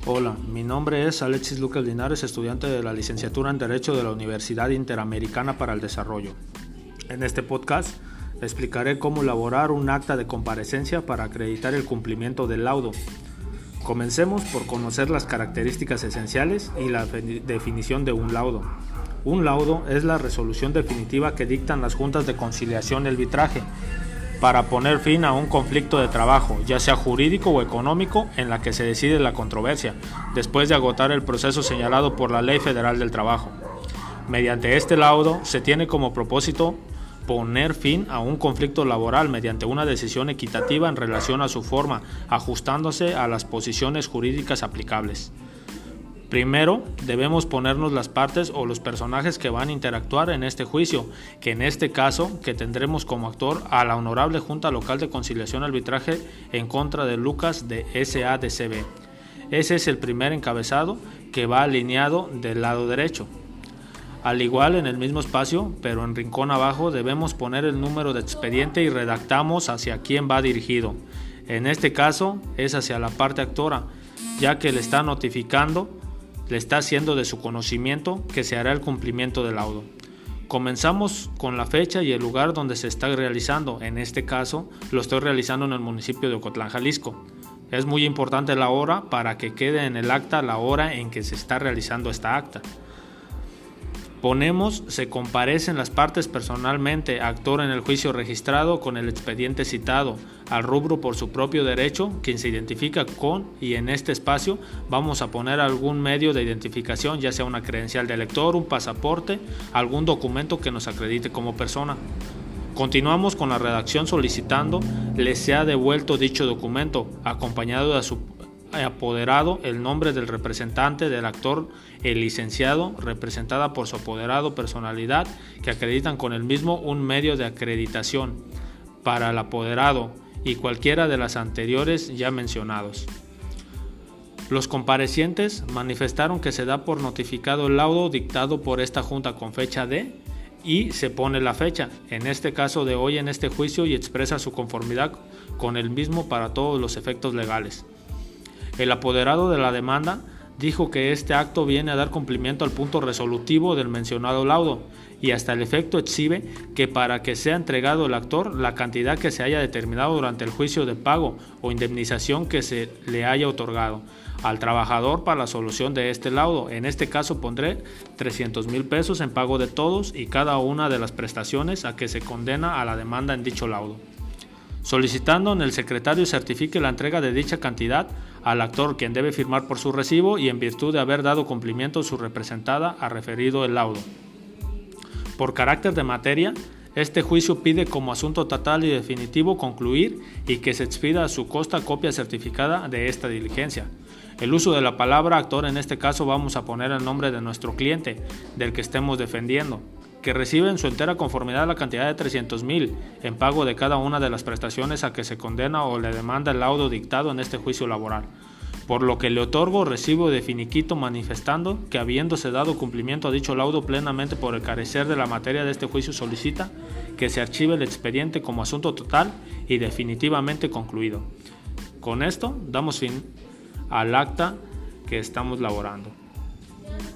Hola, mi nombre es Alexis Lucas Linares, estudiante de la licenciatura en Derecho de la Universidad Interamericana para el Desarrollo. En este podcast explicaré cómo elaborar un acta de comparecencia para acreditar el cumplimiento del laudo. Comencemos por conocer las características esenciales y la definición de un laudo. Un laudo es la resolución definitiva que dictan las juntas de conciliación y arbitraje para poner fin a un conflicto de trabajo, ya sea jurídico o económico, en la que se decide la controversia, después de agotar el proceso señalado por la Ley Federal del Trabajo. Mediante este laudo se tiene como propósito poner fin a un conflicto laboral mediante una decisión equitativa en relación a su forma, ajustándose a las posiciones jurídicas aplicables. Primero, debemos ponernos las partes o los personajes que van a interactuar en este juicio, que en este caso que tendremos como actor a la Honorable Junta Local de Conciliación y Arbitraje en contra de Lucas de SADCB. Ese es el primer encabezado que va alineado del lado derecho. Al igual en el mismo espacio, pero en rincón abajo, debemos poner el número de expediente y redactamos hacia quién va dirigido. En este caso es hacia la parte actora, ya que le está notificando, le está haciendo de su conocimiento que se hará el cumplimiento del laudo. Comenzamos con la fecha y el lugar donde se está realizando. En este caso lo estoy realizando en el municipio de Ocotlán, Jalisco. Es muy importante la hora para que quede en el acta la hora en que se está realizando esta acta. Ponemos, se comparecen las partes personalmente, actor en el juicio registrado con el expediente citado, al rubro por su propio derecho, quien se identifica con, y en este espacio vamos a poner algún medio de identificación, ya sea una credencial de elector, un pasaporte, algún documento que nos acredite como persona. Continuamos con la redacción solicitando le sea devuelto dicho documento, acompañado de su apoderado, el nombre del representante del actor, el licenciado, representada por su apoderado, personalidad, que acreditan con el mismo un medio de acreditación para el apoderado y cualquiera de las anteriores ya mencionados. Los comparecientes manifestaron que se da por notificado el laudo dictado por esta junta con fecha de y se pone la fecha, en este caso de hoy en este juicio, y expresa su conformidad con el mismo para todos los efectos legales. El apoderado de la demanda dijo que este acto viene a dar cumplimiento al punto resolutivo del mencionado laudo y hasta el efecto exhibe que para que sea entregado el actor la cantidad que se haya determinado durante el juicio de pago o indemnización que se le haya otorgado al trabajador para la solución de este laudo. En este caso pondré 300,000 pesos en pago de todos y cada una de las prestaciones a que se condena a la demanda en dicho laudo, solicitando en el secretario certifique la entrega de dicha cantidad al actor, quien debe firmar por su recibo y en virtud de haber dado cumplimiento su representada a referido el laudo. Por carácter de materia, este juicio pide como asunto total y definitivo concluir y que se expida a su costa copia certificada de esta diligencia. El uso de la palabra actor, en este caso vamos a poner el nombre de nuestro cliente, del que estemos defendiendo, que recibe en su entera conformidad la cantidad de 300,000 en pago de cada una de las prestaciones a que se condena o le demanda el laudo dictado en este juicio laboral, por lo que le otorgo recibo de finiquito manifestando que habiéndose dado cumplimiento a dicho laudo plenamente por el carecer de la materia de este juicio solicita que se archive el expediente como asunto total y definitivamente concluido. Con esto damos fin al acta que estamos laborando.